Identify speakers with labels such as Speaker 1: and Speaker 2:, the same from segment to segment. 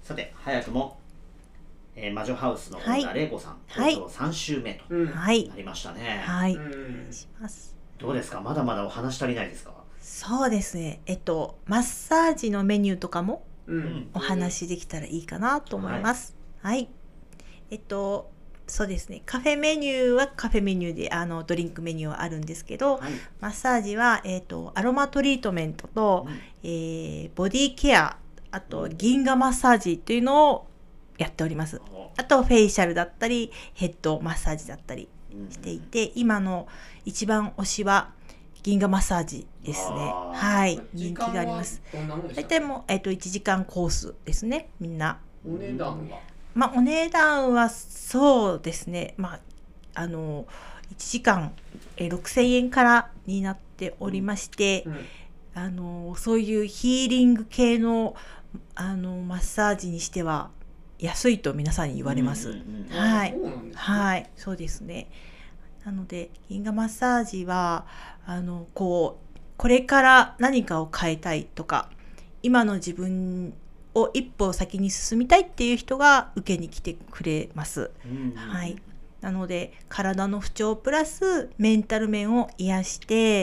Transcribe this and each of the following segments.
Speaker 1: さて早くも、魔女ハウスのオーナー玲子さん、放送3週目となりましたね。
Speaker 2: はい、お願いします。
Speaker 1: どうですか、まだまだお話足りないですか？
Speaker 2: そうですね、マッサージのメニューとかもお話できたらいいかなと思います。はい、そうですね、カフェメニューはカフェメニューでドリンクメニューはあるんですけど、マッサージは、アロマトリートメントと、ボディケア、あと銀河マッサージというのをやっております。あとフェイシャルだったりヘッドマッサージだったりしていて、今の一番推しは銀河マッサージですね。はい、人気があります。大体もう、1時間コースですね、みんな。
Speaker 3: お値段は
Speaker 2: お値段はそうですね、1時間6000円からになっておりまして、そういうヒーリング系のマッサージにしては安いと皆さんに言われます。はい、はい、そうですね。なので銀河マッサージはこれから何かを変えたいとか、今の自分を一歩先に進みたいっていう人が受けに来てくれます。はい、なので体の不調プラスメンタル面を癒して、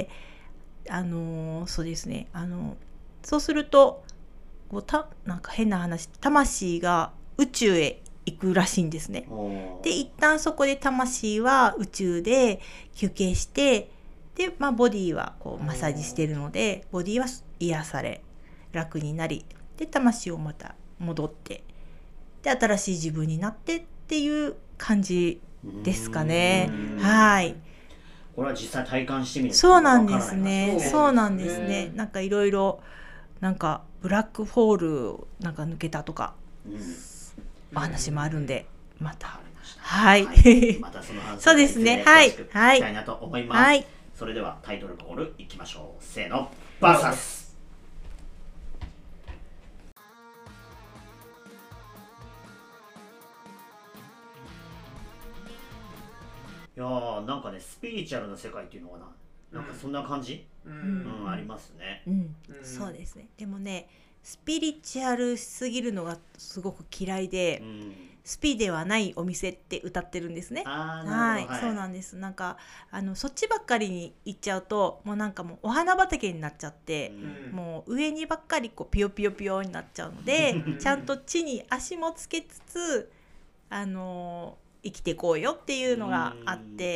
Speaker 2: そうですね、そうするとなんか変な話、魂が宇宙へ行くらしいんですね。で一旦そこで魂は宇宙で休憩して、で、ボディはこうマッサージしているので、ボディは癒され楽になり、で魂をまた戻って、で新しい自分になってっていう感じですかね。はい。
Speaker 1: これは実際体感してみると
Speaker 2: そうなんですね。そうなんですね。なんかいろいろなんかブラックホールなんか抜けたとか、お話もあるんで、またはい、
Speaker 1: またその話
Speaker 2: そうですね。はい、
Speaker 1: 聞きたいなと思います。はい、それではタイトルコールいきましょう。せーの、バーサス。いやー、なんかね、スピリチュアルな世界っていうのかな、なんかそんな感じ、ありますね。
Speaker 2: そうですね。でもね、スピリチュアルすぎるのがすごく嫌いで、スピではないお店って歌ってるんですね。はい、そうなんです。なんかそっちばっかりに行っちゃうと、もうなんかもうお花畑になっちゃって、もう上にばっかりこうピヨピヨピヨになっちゃうのでちゃんと地に足もつけつつ生きていこうよっていうのがあって、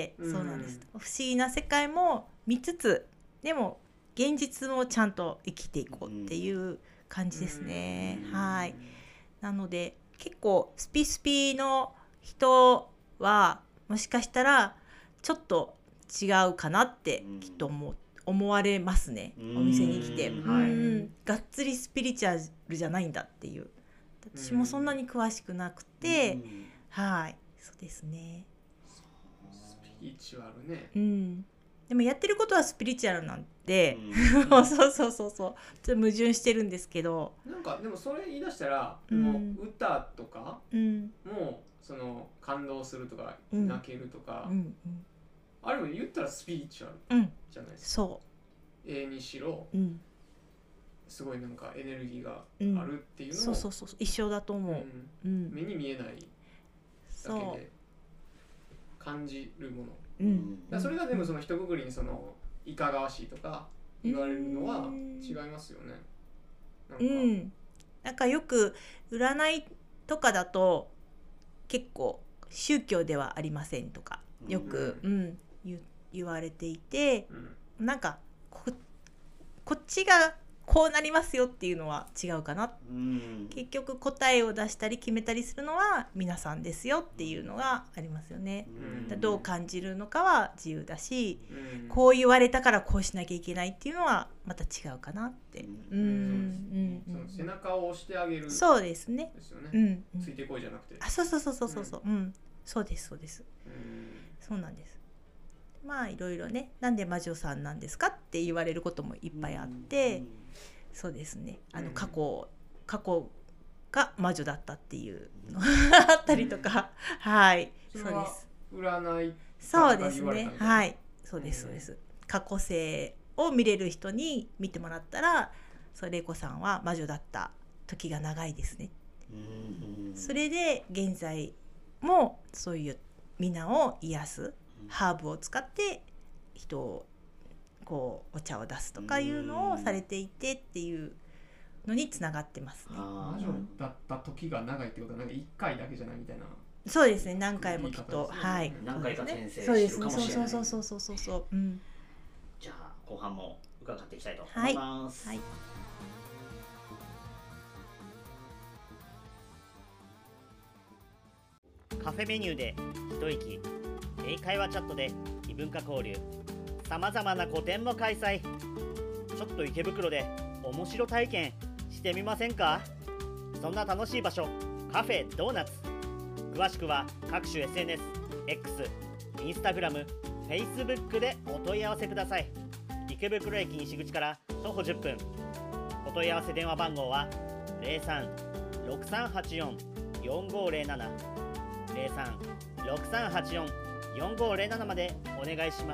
Speaker 2: そうなんです。不思議な世界も見つつ、でも現実もちゃんと生きていこうっていう感じですね。はい。なので結構スピスピの人はもしかしたらちょっと違うかなってきっと思われますね。お店に来て、がっつりスピリチュアルじゃないんだっていう。私もそんなに詳しくなくて、はい。そうですね。
Speaker 3: スピリチュアルね。
Speaker 2: でもやってることはスピリチュアルなんで、そうちょっと矛盾してるんですけど。
Speaker 3: なんかでもそれ言い出したら、もう歌とかもその感動するとか泣けるとか、あれも言ったらスピリチュアルじゃないですか。
Speaker 2: そう。
Speaker 3: 絵にしろ、すごいなんかエネルギーがあるっていうのを、
Speaker 2: そう一緒だと思う。
Speaker 3: 目に見えないだけで感じるもの、それがでもその一括りにそのいかがわしいとか言われるのは違いますよね。
Speaker 2: なんかよく占いとかだと結構宗教ではありませんとかよく、言われていて、なんかこっちがこうなりますよっていうのは違うかな、結局答えを出したり決めたりするのは皆さんですよっていうのがありますよね。どう感じるのかは自由だし、こう言われたからこうしなきゃいけないっていうのはまた違うかなって。
Speaker 3: 背中を押してあげる。
Speaker 2: そうですね。
Speaker 3: ついてこいじゃなくて。
Speaker 2: そう、そうです。そうなんです。いろいろね、なんで魔女さんなんですかって言われることもいっぱいあって、そうですね、過去が魔女だったっていうのがあったりとか、はい、そうです。
Speaker 3: 占い。
Speaker 2: そうですね、はい、そうです。過去性を見れる人に見てもらったら、玲子さんは魔女だった時が長いですね。 それで現在もそういう皆を癒すハーブを使って人をこうお茶を出すとかいうのをされていてっていうのにつながってますね。
Speaker 3: 魔女だった時が長いってことはなんか1回だけじゃないみたいな。
Speaker 2: そうですね、何回もきっと、はい、
Speaker 1: 何回か転生
Speaker 2: そうですね、
Speaker 1: してるかもしれない。
Speaker 2: そう、うん、
Speaker 1: じゃあ後半も伺っていきたいと思います。
Speaker 2: はい、はい。
Speaker 1: カフェメニューで一息、英会話チャットで異文化交流、さまざまな個展も開催。ちょっと池袋で面白体験してみませんか？そんな楽しい場所、カフェドーナツ。詳しくは各種 SNS、X、Instagram、Facebook でお問い合わせください。池袋駅西口から徒歩10分。お問い合わせ電話番号は 03-6384-4507 03-6384-4507までお願いします。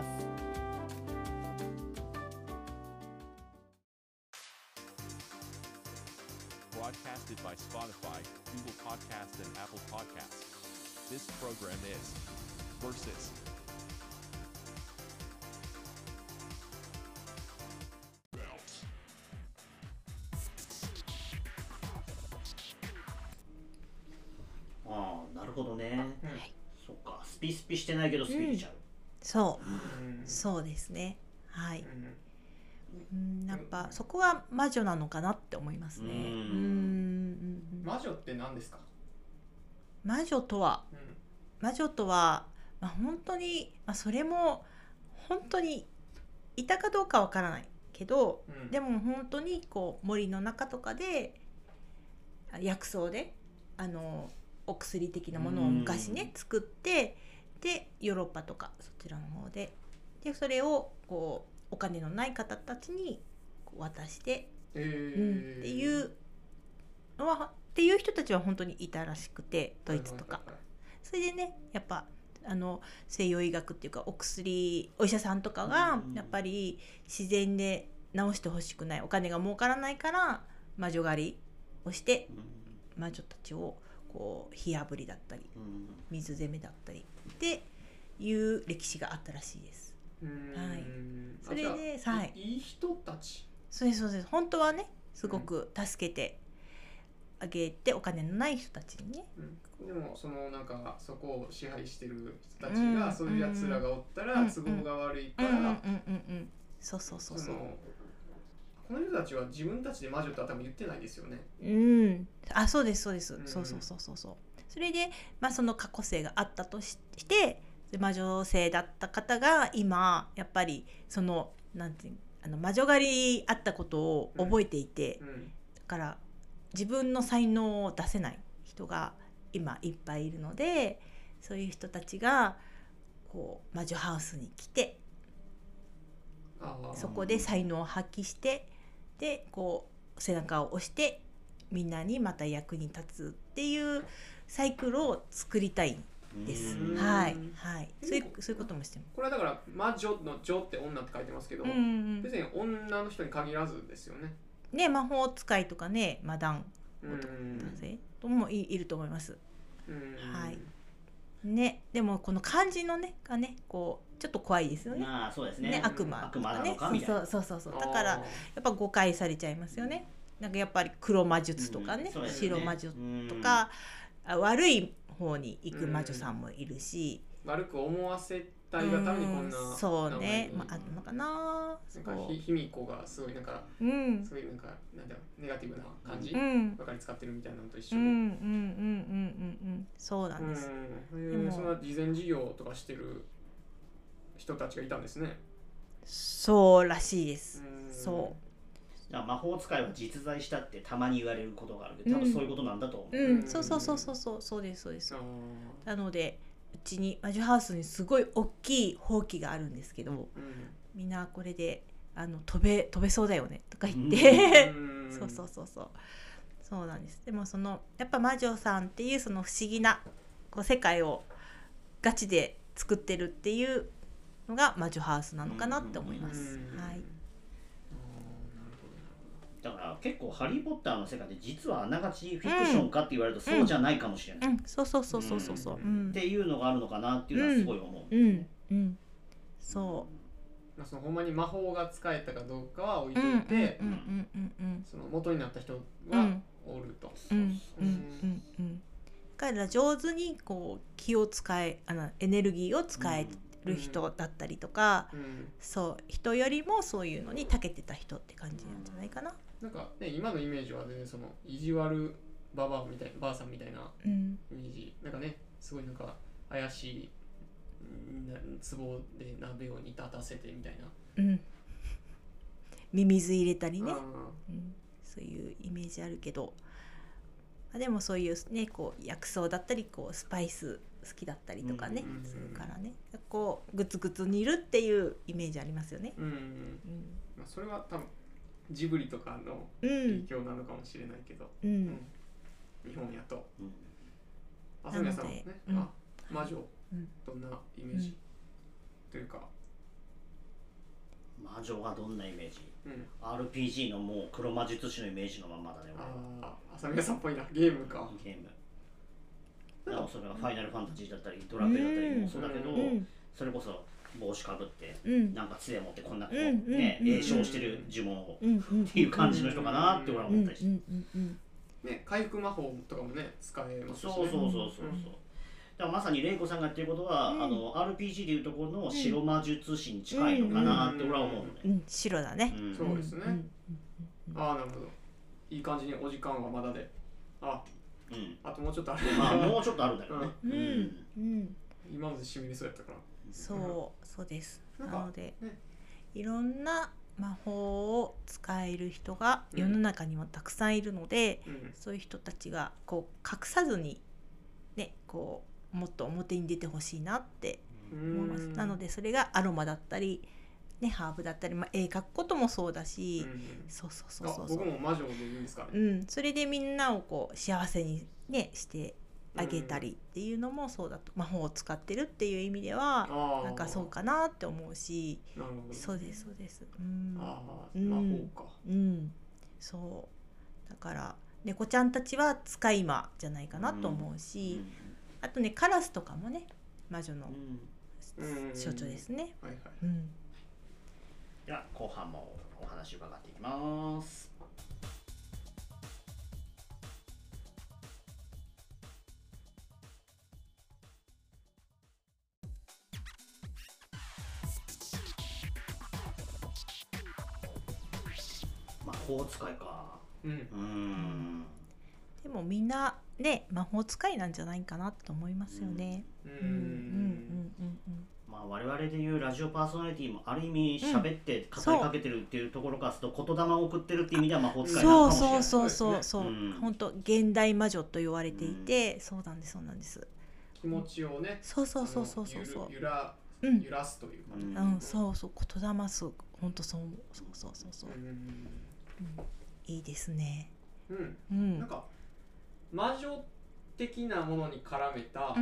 Speaker 4: Broadcasted by Spotify, Google Podcasts, and Apple Podcasts. This program is Versus.
Speaker 1: なるほどね。そっか、スピしてないけどスピリチュアル。
Speaker 2: そうですね。はい。やっぱそこは魔女なのかなって思いますね。
Speaker 3: 魔女って何ですか？
Speaker 2: 魔女とは、まあ、本当に、まあ、それも本当にいたかどうかわからないけど、でも本当にこう森の中とかで薬草でお薬的なものを昔ね作って、でヨーロッパとかそちらの方でそれをこうお金のない方たちに渡して、っていうのはっていう人たちは本当にいたらしくて、ドイツとか、それでねやっぱ西洋医学っていうかお医者さんとかがやっぱり自然で治してほしくない、お金が儲からないから魔女狩りをして魔女たちをこう火あぶりだったり水攻めだったりっていう歴史があったらしいです。はい、それで、はい、
Speaker 3: いい人たち。
Speaker 2: そうです。本当はねすごく助けてあげて、お金のない人たちにね。
Speaker 3: でもなんかそこを支配してる人たちが、そういうやつらがおったら都合が悪いから。
Speaker 2: そう。
Speaker 3: この人たちは自分たちで魔女とは多分言ってないですよね。
Speaker 2: そうです。そう。それでまあその過去性があったとして魔女性だった方が今やっぱりなんて魔女狩りあったことを覚えていて、だから自分の才能を出せない人が今いっぱいいるので、そういう人たちがこう魔女ハウスに来て、そこで才能を発揮して、でこう背中を押してみんなにまた役に立つっていうサイクルを作りたいです。はい。そういうこともしてます。
Speaker 3: これはだから魔女の女って女って書いてますけど、別に女の人に限らずですよね。
Speaker 2: ね、魔法使いとかね、マダン男性ともいると思います。はい。ね、でもこの漢字のねがね、こうちょっと怖いですよね。
Speaker 1: そうですね。
Speaker 2: 悪魔とかね。そう。だからやっぱ誤解されちゃいますよね。なんかやっぱり黒魔術とかね、白魔術とか悪い方に行く魔女さんもいるし、
Speaker 3: 悪く思わせたいがためにこんな
Speaker 2: そうね、あるのかな。
Speaker 3: 卑弥呼がすごいなんか、そういうなんかなんだろうネガティブな感じばかり使ってるみたいなのと一緒で、
Speaker 2: そうなんです。
Speaker 3: そんな慈善事業とかしてる人たちがいたんですね。
Speaker 2: そうらしいです。そう。
Speaker 1: 魔法使いは実在したってたまに言われることがあるけど、多分そういうことなんだと思う。
Speaker 2: そうです。なのでうちに魔女ハウスにすごい大きいほうきがあるんですけど、みんなこれで飛べそうだよねとか言ってそうなんです。でもやっぱ魔女さんっていうその不思議な世界をガチで作ってるっていうのが魔女ハウスなのかなって思います。はい。
Speaker 1: だから結構ハリー・ポッターの世界で実はあながちフィクションかって言われるとそうじゃないかもしれない、
Speaker 2: そうそうそうそうそうそう、
Speaker 1: っていうのがあるのかなっていうのはすごい思う、
Speaker 2: そう
Speaker 3: そのほんまに魔法が使えたかどうかは置いといて、その元になった人はおると。
Speaker 2: 彼ら上手にこう気を使えエネルギーを使える人だったりとか、そう人よりもそういうのに長けてた人って感じなんじゃないかな。
Speaker 3: なんかね今のイメージはねその意地悪ババアみたいなばあさんみたいなイメージ、なんかねすごいなんか怪しい壺で鍋を煮立たせてみたいな、
Speaker 2: ミミズ入れたりね、そういうイメージあるけど、でもそういうねこう薬草だったりこうスパイス好きだったりとかね、するからねこうグツグツ煮るっていうイメージありますよね。
Speaker 3: まあ、それは多分ジブリとかの影響なのかもしれないけど、日本やと、朝宮さんもね、魔女どんなイメージ、というか
Speaker 1: 魔女はどんなイメージ、RPG のもう黒魔術師のイメージのまんまだね。
Speaker 3: 朝宮さんっぽいな。ゲームか。
Speaker 1: ゲームだからそれがファイナルファンタジーだったりドラクエだったりもそうだけど、それこそ帽子かぶって、なんか杖持ってこんなこうね詠唱してる呪文をっていう感じの人かなって俺は思ったりして、
Speaker 3: ね、回復魔法とかもね使えますしね。
Speaker 1: そうだからまさに玲子さんが言ってることは、RPG でいうところの白魔術師に近いのかなって俺は思うのね。
Speaker 2: 白だね。
Speaker 3: そうですね。なるほど。いい感じにお時間はまだで。あともうちょっとある。
Speaker 1: もうちょっとあるんだけどね。
Speaker 3: 今まで締めりそうやったから。
Speaker 2: そうです。なので、いろんな魔法を使える人が世の中にもたくさんいるので、そういう人たちがこう隠さずにねこうもっと表に出てほしいなって思います。なのでそれがアロマだったり、ね、ハーブだったり、絵描くこともそうだし、
Speaker 3: 僕も魔女でいいんですかね。
Speaker 2: それでみんなをこう幸せにねしてあげたりっていうのもそうだと、魔法を使ってるっていう意味ではなんかそうかなって思うし、そうです
Speaker 3: 魔法か。
Speaker 2: そうだから猫ちゃんたちは使い魔じゃないかなと思うし、あとねカラスとかもね魔女の象徴ですね。
Speaker 1: では後半もお話伺っていきます。魔法使いか。
Speaker 2: でもみんなね魔法使いなんじゃないかなと思いますよね。
Speaker 1: 我々でいうラジオパーソナリティもある意味喋って語りかけてるっていうところからすると言霊を送ってるっていう意味では魔法使いなのかもしれない。
Speaker 2: そう本当現代魔女と言われていて、そうなんです
Speaker 3: 気持ちをね
Speaker 2: そう
Speaker 3: 揺らすというか、
Speaker 2: 言霊す本当そういいですね。
Speaker 3: なんか魔女的なものに絡めた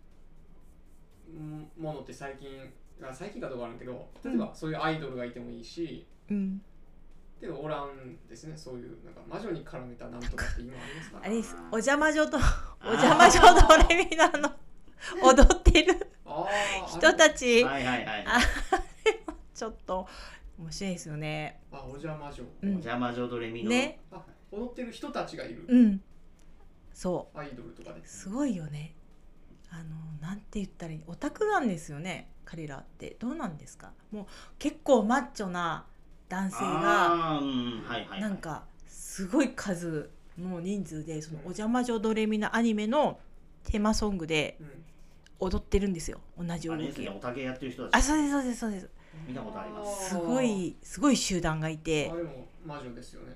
Speaker 3: ものって最近かどうかあるけど、例えばそういうアイドルがいてもいいし、でもおらんですね。そういうなんか魔女に絡めたなんとかって今ありますかね。
Speaker 2: あれですお邪魔女ドレミの踊ってる人たち、あれもちょっと面白いですよね。
Speaker 3: お邪魔女、
Speaker 1: お邪魔女ドレミの
Speaker 3: ね、踊ってる人たちがいる。
Speaker 2: そう
Speaker 3: アイドルとかです
Speaker 2: ごいよね。なんて言ったらいい、オタクなんですよね彼らって。どうなんですか。もう結構マッチョな男性がなんかすごい数の人数でそのお邪魔女ドレミのアニメのテーマソングで踊ってるんですよ。同じ動きを。
Speaker 1: オタゲやってる人たち。
Speaker 2: そうです
Speaker 1: 見たことあります。
Speaker 2: すごい集団がいて。
Speaker 3: あれも魔女ですよね。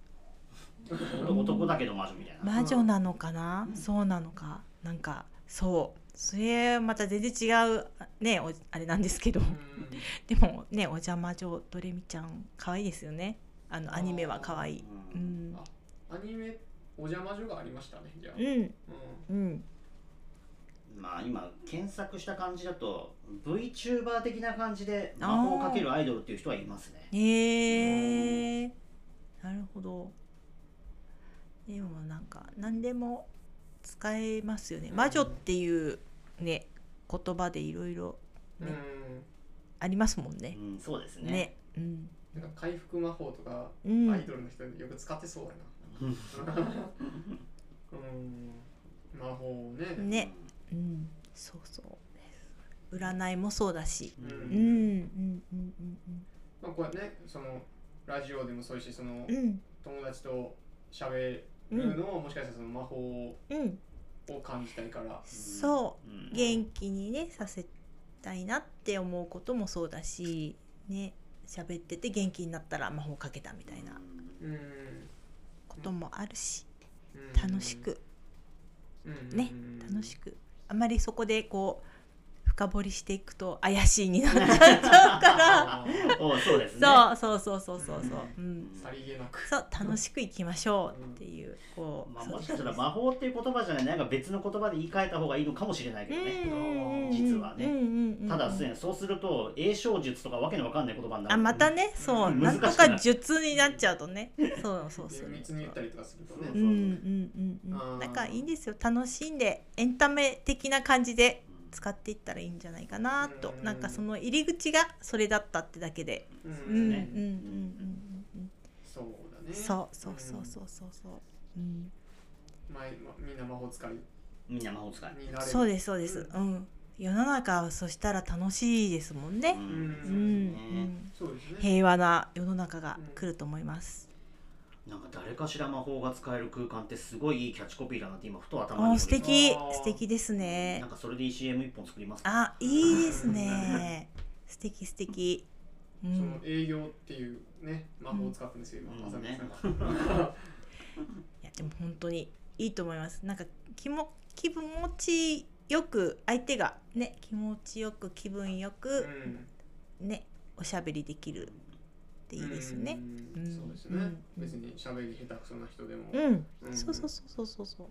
Speaker 1: 男だけど魔女みたいな。
Speaker 2: 魔女なのかな、そうなのか、なんかそれまた全然違うねあれなんですけど、でもねお邪魔女ドレミちゃん可愛いですよね。アニメは可愛い。
Speaker 3: アニメお邪魔女がありましたね。じゃあ
Speaker 1: 今検索した感じだと VTuber 的な感じで魔法をかけるアイドルっていう人はいますね。
Speaker 2: なるほど。でもなんか何でも使えますよね。魔女っていうね言葉でいろいろありますもんね。
Speaker 1: そうですね。
Speaker 2: ね、うん。
Speaker 3: なんか回復魔法とか、アイドルの人よく使ってそうやな。魔法ね。
Speaker 2: ね、そうそう。占いもそうだし。
Speaker 3: まあこうね、そのラジオでもそういうし、その、友達と喋るのをもしかしたらその魔法を感じたいから。
Speaker 2: そう、元気にねさせたいなって思うこともそうだし、ね、喋ってて元気になったら魔法かけたみたいなこともあるし、楽しくね、楽しく。あまりそこでこう深掘りしていくと怪しいになっちゃうから
Speaker 1: そうですね。
Speaker 2: そうさりげなくそう楽しくいきましょうっていう、こう、
Speaker 1: もしかしたら魔法っていう言葉じゃない、なんか別の言葉で言い換えた方がいいのかもしれないけどね、実はね。ただそうすると栄唱術とかわけのわかんない言葉になる。
Speaker 2: またね、そう、なんとか術になっちゃうとね、そう
Speaker 3: 密に言ったりとかするとね、
Speaker 2: なんかいいんですよ。楽しんでエンタメ的な感じで使っていったらいいんじゃないかなと。なんかその入り口がそれだったってだけで、
Speaker 3: そうだね。
Speaker 2: そう、
Speaker 3: みんな魔法使い。
Speaker 2: そうです。世の中はそしたら楽しいですもんね。平和な世の中が来ると思います。
Speaker 1: なんか誰かしら魔法が使える空間ってすごいいいキャッチコピーだなって今ふと頭に。
Speaker 2: 素敵ですね。
Speaker 1: なんかそれで CM 一本作りますか。
Speaker 2: いいですね。素敵。
Speaker 3: その営業っていうね魔法を使ったんですよ今。い
Speaker 2: やでも本当にいいと思います。なんか気持ちよく相手がね気持ちよく気分よくねおしゃべりできる。いいですね。
Speaker 3: そうですね。別に喋り下手くそな人でも。
Speaker 2: そう。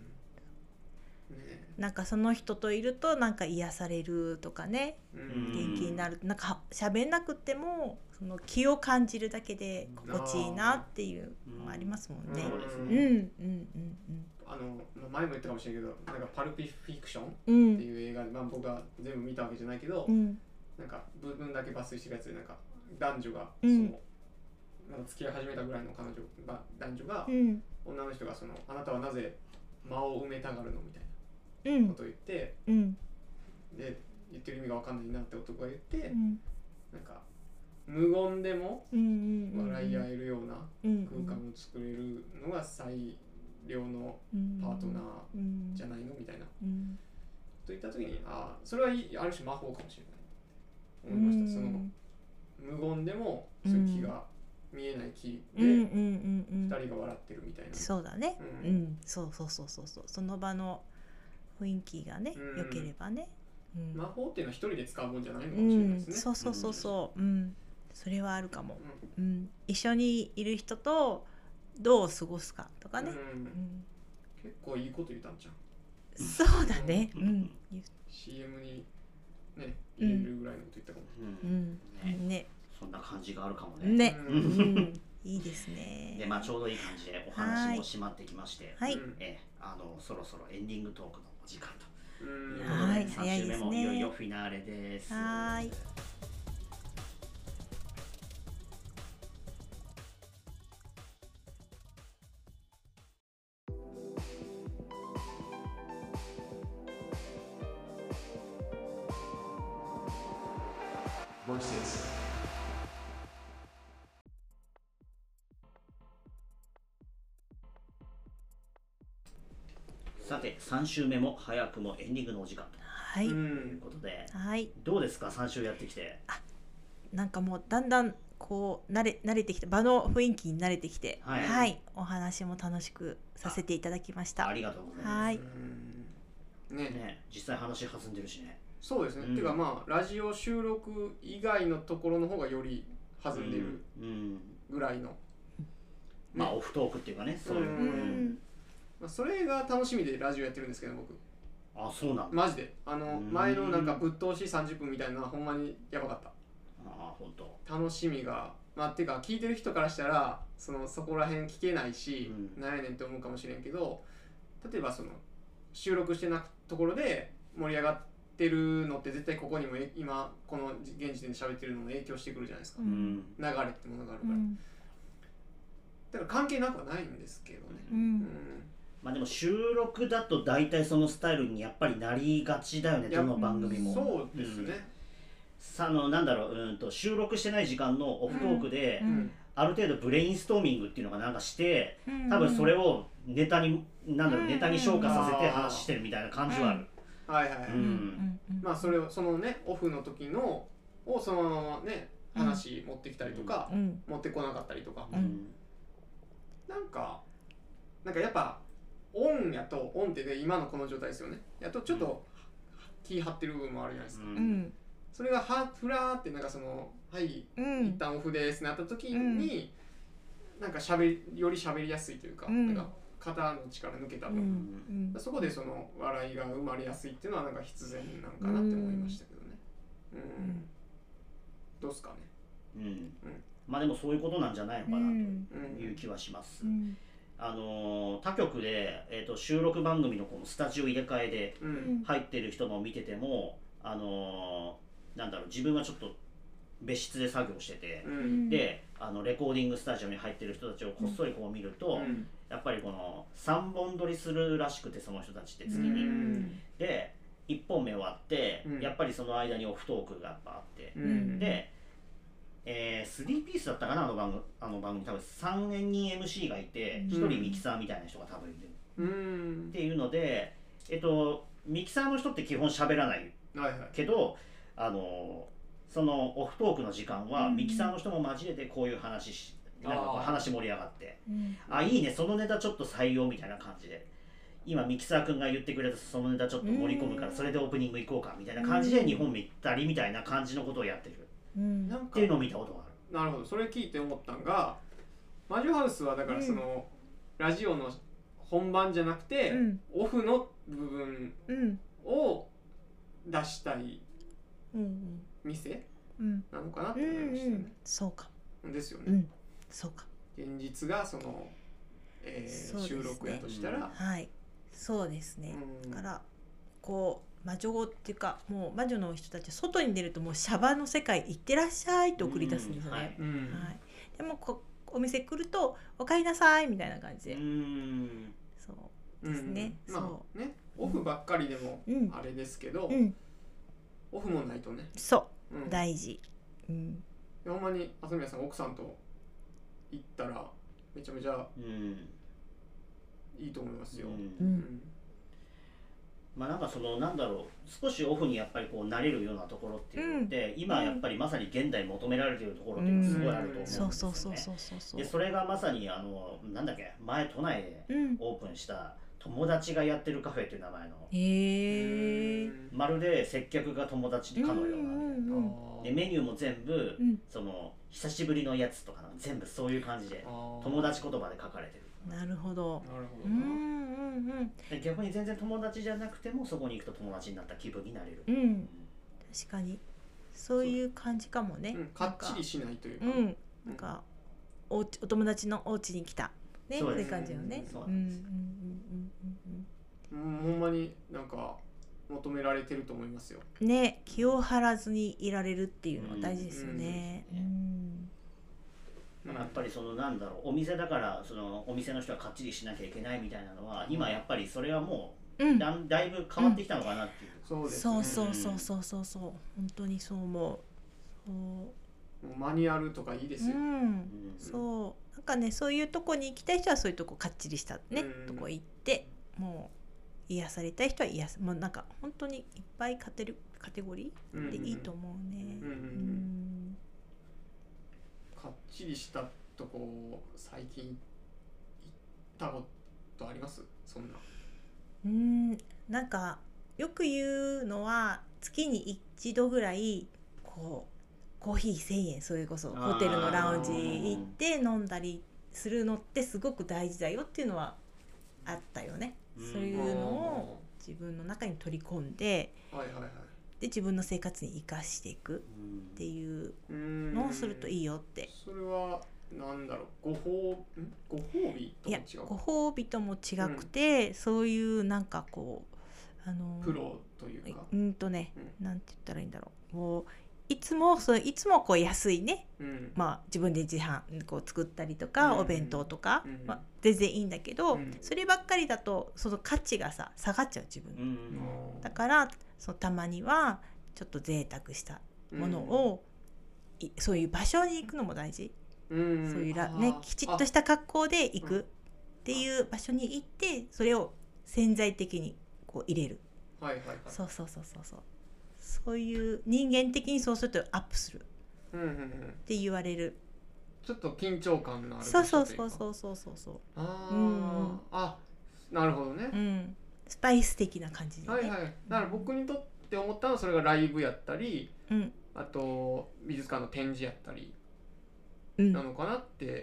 Speaker 2: なんかその人といるとなんか癒されるとかね、元気になる。なんか喋んなくてもその気を感じるだけで心地いいなっていうのがありますもんね。
Speaker 3: 前も言ったかもしれないけど、なんかパルピフィクションっていう映画で、僕が全部見たわけじゃないけど、なんか部分だけ抜粋してるやつでなんか。男女がなんか付き合い始めたぐらいの男女が、女の人がそのあなたはなぜ間を埋めたがるのみたいなことを言って、で言ってる意味が分かんないなって男が言って、なんか無言でも笑い合えるような空間を作れるのが最良のパートナーじゃないのみたいなと言った時に、それはある種魔法かもしれない思いました。その無言でもそういう木が見えない木で2人が笑ってるみたいな。
Speaker 2: そうだね。そうその場の雰囲気がね良ければね。
Speaker 3: 魔法っていうのは一人で使うもんじゃないのかもしれないですね。
Speaker 2: そうそれはあるかも。一緒にいる人とどう過ごすかとかね。
Speaker 3: 結構いいこと言ったんじゃん。
Speaker 2: そうだね。
Speaker 3: CM にね入れるぐらいのこと言ったかも。
Speaker 2: ね。
Speaker 1: そんな感じがあるかもね。
Speaker 2: いいですね。
Speaker 1: でちょうどいい感じでお話も締まってきまして、そろそろエンディングトークのお時間ということで、3週目もいよいよフィナーレです。さて3週目も早くもエンディングのお時間ということで、どうですか3週やってきて。
Speaker 2: なんかもうだんだんこう慣れてきて、場の雰囲気に慣れてきて、お話も楽しくさせていただきました。
Speaker 1: ありがとうございます。ね、実際話弾んでるしね。
Speaker 3: そうですね。っていうかラジオ収録以外のところの方がより弾んでるぐらいの、
Speaker 1: オフトークっていうかね、そういう。
Speaker 3: それが楽しみでラジオやってるんですけど僕。
Speaker 1: そうなんだ。
Speaker 3: マジで前のなんかぶっ通し30分みたいなのはほんまにやばかった。
Speaker 1: 本当。
Speaker 3: 楽しみがまあっていうか聞いてる人からしたらそこら辺聞けないし、なんやねんって思うかもしれんけど、例えばその収録してなくところで盛り上がってるのって絶対ここにも今この現時点で喋ってるのも影響してくるじゃないですか、流れってものがあるから、だから関係なくはないんですけどね、
Speaker 1: まあでも収録だと大体そのスタイルにやっぱりなりがちだよね、どの番組も。
Speaker 3: そうですね、
Speaker 1: なんだろう、収録してない時間のオフトークで、ある程度ブレインストーミングっていうのがなんかして、多分それをネタにネタに昇華させて話してるみたいな感じはある。
Speaker 3: はいはいはい。まあそれをそのねオフの時のをそのままね話持ってきたりとか、持ってこなかったりとか、なんかやっぱオンやとオンってね今のこの状態ですよね。やとちょっと気張ってる部分もあるじゃないですか。それがフラーってなんかそのはい一旦オフですなった時になんかより喋りやすいというか、なんか肩の力抜けた分、そこでその笑いが生まれやすいっていうのはなんか必然なのかなって思いましたけどね。どうですかね。
Speaker 1: まあでもそういうことなんじゃないのかなという気はします。他局で、収録番組のこのスタジオ入れ替えで入ってる人のを見てても、なんだろう、自分はちょっと別室で作業してて、でレコーディングスタジオに入ってる人たちをこっそりこう見ると、やっぱりこの3本撮りするらしくて、その人たちって次に、で1本目終わって、やっぱりその間にオフトークがやっぱあって、で3ピースだったかな、あの番組多分3人 MC がいて、1人ミキサーみたいな人が多分いる、っていうので、ミキサーの人って基本喋らないけど、そのオフトークの時間はミキサーの人も交えてこういう話なんかこう話盛り上がって、いいね、そのネタちょっと採用みたいな感じで、今ミキサー君が言ってくれたそのネタちょっと盛り込むからそれでオープニング行こうかみたいな感じで2本目行ったりみたいな感じのことをやってるっていうのを見たことがある。
Speaker 3: なるほど、それ聞いて思ったんが、マジョハウスはだからその、ラジオの本番じゃなくて、オフの部分を出したい店なのかなって思いましたね。
Speaker 2: そうか
Speaker 3: ですよね。
Speaker 2: そうか。
Speaker 3: 現実がその、収録やとしたら、
Speaker 2: はい、そうですね。だからこう魔女語っていうか、もう魔女の人たちは外に出るともうシャバの世界行ってらっしゃいと送り出すんですよね。でもお店来るとお帰りなさいみたいな感じで、そうですね。
Speaker 3: まあね、オフばっかりでもあれですけど、オフもないとね。
Speaker 2: そう、大事。
Speaker 3: ほんまに朝宮さん奥さんと行ったらめちゃめちゃいいと思いますよ。
Speaker 1: まあなんかそのなんだろう、少しオフにやっぱりこう慣れるようなところっていうのって、今やっぱりまさに現代求められているところっていうのがすごいあると思うんですよね。でそれがまさになんだっけ、前都内でオープンした友達がやってるカフェっていう名前の、まるで接客が友達かのような、でメニューも全部その久しぶりのやつとか全部そういう感じで友達言葉で書かれてる。
Speaker 2: なるほど。
Speaker 1: 逆に全然友達じゃなくてもそこに行くと友達になった気分になれる。
Speaker 2: 確かにそういう感じかもね。
Speaker 3: かっちりしないというか、
Speaker 2: なんかお友達のお家に来たね、そういう感じよね。ほ
Speaker 3: んまになんか求められてると思いますよ。
Speaker 2: ね、気を張らずにいられるっていうのは大事ですよね。
Speaker 1: やっぱりそのなんだろう、お店だからそのお店の人はかっちりしなきゃいけないみたいなのは、今やっぱりそれはもうだいぶ変わってきたのかなっていう。
Speaker 2: そう本当にそう思う。
Speaker 3: マニュアルとかいいですよ。
Speaker 2: そうなんかね、そういうとこに行きたい人はそういうとこかっちりしたねとこ行って、もう癒されたい人は癒す、もうなんか本当にいっぱいカテゴリーでいいと思うね。
Speaker 3: かっちりしたとこ最近行ったことあります？そんな。
Speaker 2: なんかよく言うのは月に一度ぐらいこうコーヒー1000円、それこそホテルのラウンジ行って飲んだりするのってすごく大事だよっていうのはあったよね。そういうのを自分の中に取り込んで、 で自分の生活に生かしていくっていうのをするといいよって。
Speaker 3: それはなんだろう、ご褒美とも違う。
Speaker 2: いや、ご褒美とも違くて、そういうなんかこう
Speaker 3: プロというか、
Speaker 2: なんて言ったらいいんだろう。こういつもこう安いね、自分で自販こう作ったりとか、お弁当とか、全然いいんだけど、そればっかりだとその価値がさ下がっちゃう自分、だからたまにはちょっと贅沢したものを、そういう場所に行くのも大事、そういうきちっとした格好で行くっていう場所に行って、それを潜在的にこう入れる、そうそういう人間的にそうするとアップするって言われる。
Speaker 3: ちょっと緊張感のある
Speaker 2: そう
Speaker 3: あ、なるほどね、
Speaker 2: スパイス的な感じでね。
Speaker 3: だから僕にとって思ったのは、それがライブやったり、あと美術館の展示やったりなのかなって、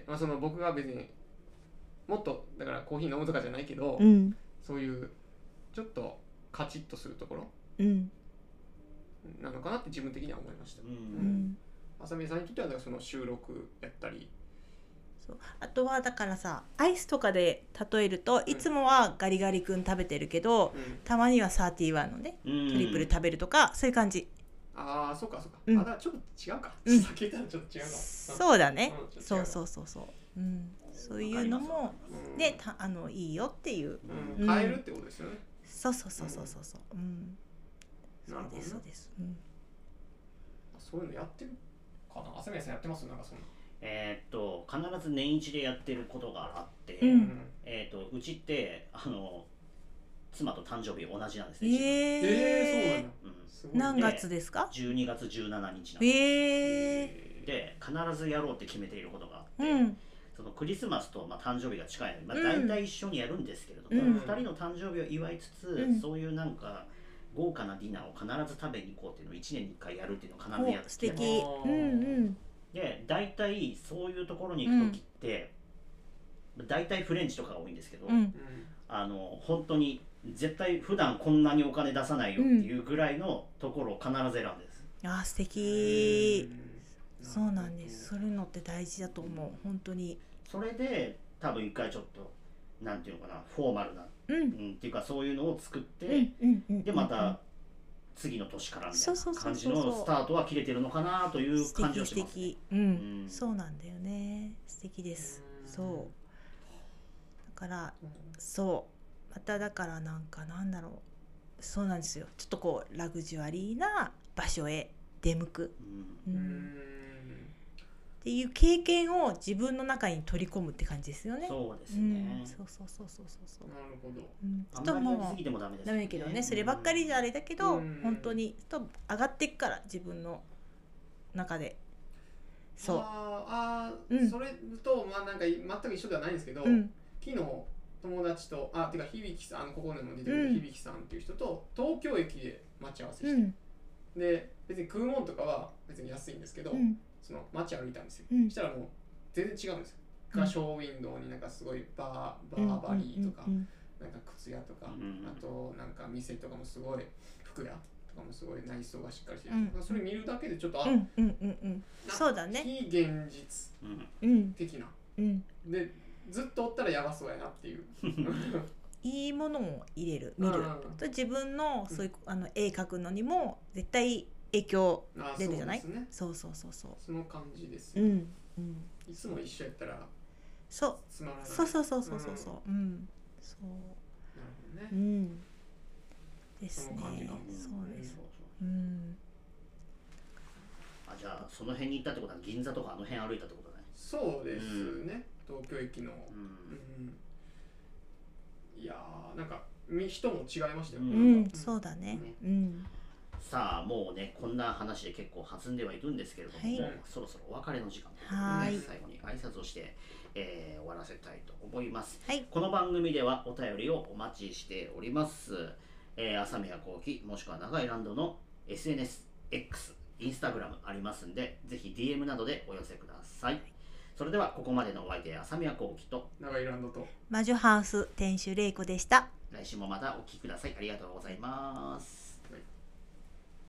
Speaker 3: その僕が別にもっとだからコーヒー飲むとかじゃないけど、そういうちょっとカチッとするところなのかなって自分的には思いました。浅見さんにとってはだからその収録やったり、
Speaker 2: そうあとはだからさ、アイスとかで例えると、いつもはガリガリ君食べてるけど、たまには31のね、トリプル食べるとか、そういう感じ。
Speaker 3: ああ、そうか。だからちょっと違うか。さっき言ったらちょっと違うか。
Speaker 2: そうだね。そう。そういうのもね、いいよっていう。
Speaker 3: 変えるってことですよね。
Speaker 2: そう。そうです。
Speaker 3: そういうのやってるかな。浅宮さんやってます？なんかそんな。
Speaker 1: 必ず年一でやってることがあって、うちって妻と誕生日同じなんですね。
Speaker 2: そうなんだ。何月ですか
Speaker 1: ？12月17日なんです。で、必ずやろうって決めていることがあって、そのクリスマスと誕生日が近いので、大体一緒にやるんですけれども、2人の誕生日を祝いつつ、そういうなんか豪華なディナーを必ず食べに行こうっていうのを1年に1回やるっていうのを必ずやって、
Speaker 2: 素敵。
Speaker 1: で、大体そういうところに行く時って、大体フレンチとかが多いんですけど、本当に絶対普段こんなにお金出さないよっていうぐらいのところを必ず選んでるんです。
Speaker 2: 素敵。そうなんです。そういうのって大事だと思う、本当に。
Speaker 1: それで多分一回ちょっとなんていうのかな、フォーマルな、っていうかそういうのを作って、でまた次の年からみたいな感じのスタートは切れてるのかなという感じがします。
Speaker 2: 素敵。そうなんだよね。素敵です。そうだからまただからなんだろう、そうなんですよ。ちょっとこうラグジュアリーな場所へ出向く、っていう経験を自分の中に取り込むって感じですよね。
Speaker 1: そうですね。
Speaker 3: そう。なるほど。
Speaker 1: あんまりやりすぎてもダメですね。
Speaker 2: ダメけどね、そればっかりじゃあれだけど、本当に上がっていくから、自分の中で。
Speaker 3: それとなんか全く一緒ではないんですけど、昨日友達とてか響さん、ここでも出てくる響さんっていう人と東京駅で待ち合わせして、で別に食うもんとかは別に安いんですけど、その街歩いたんですよ。そしたらもう全然違うんですよ。がショーウィンドウになんかすごいバーバリーとか、なんか靴屋とか、あとなんか店とかもすごい服屋とかもすごい内装がしっかりしてる、それ見るだけでちょっと
Speaker 2: そうだね、
Speaker 3: 非現実的な、でずっとおったらやばそうやなっていう
Speaker 2: いいものを見ると、自分のそういう絵描くのにも絶対影響出るじゃない？そう。
Speaker 3: その感じですよ。いつも一緒やったらつまらない。
Speaker 2: そう。そう。なるほどね。ですね。そうです。
Speaker 1: じゃあその辺に行ったってことは銀座とかあの辺歩いたってことね。
Speaker 3: そうですね。東京駅の。いやー、なんか人も違いましたよね。
Speaker 2: そうだね。
Speaker 1: さあもうね、こんな話で結構弾んではいるんですけれども、そろそろお別れの時間ということで、最後に挨拶をして、終わらせたいと思います。この番組ではお便りをお待ちしております。朝宮幸喜もしくは長井ランドの SNSX、インスタグラムありますんで、ぜひ DM などでお寄せください。それではここまでのお相手、朝宮幸喜と
Speaker 3: 長井ランドと
Speaker 2: 魔女ハウス店主玲子でした。
Speaker 1: 来週もまたお聞きください。ありがとうございます。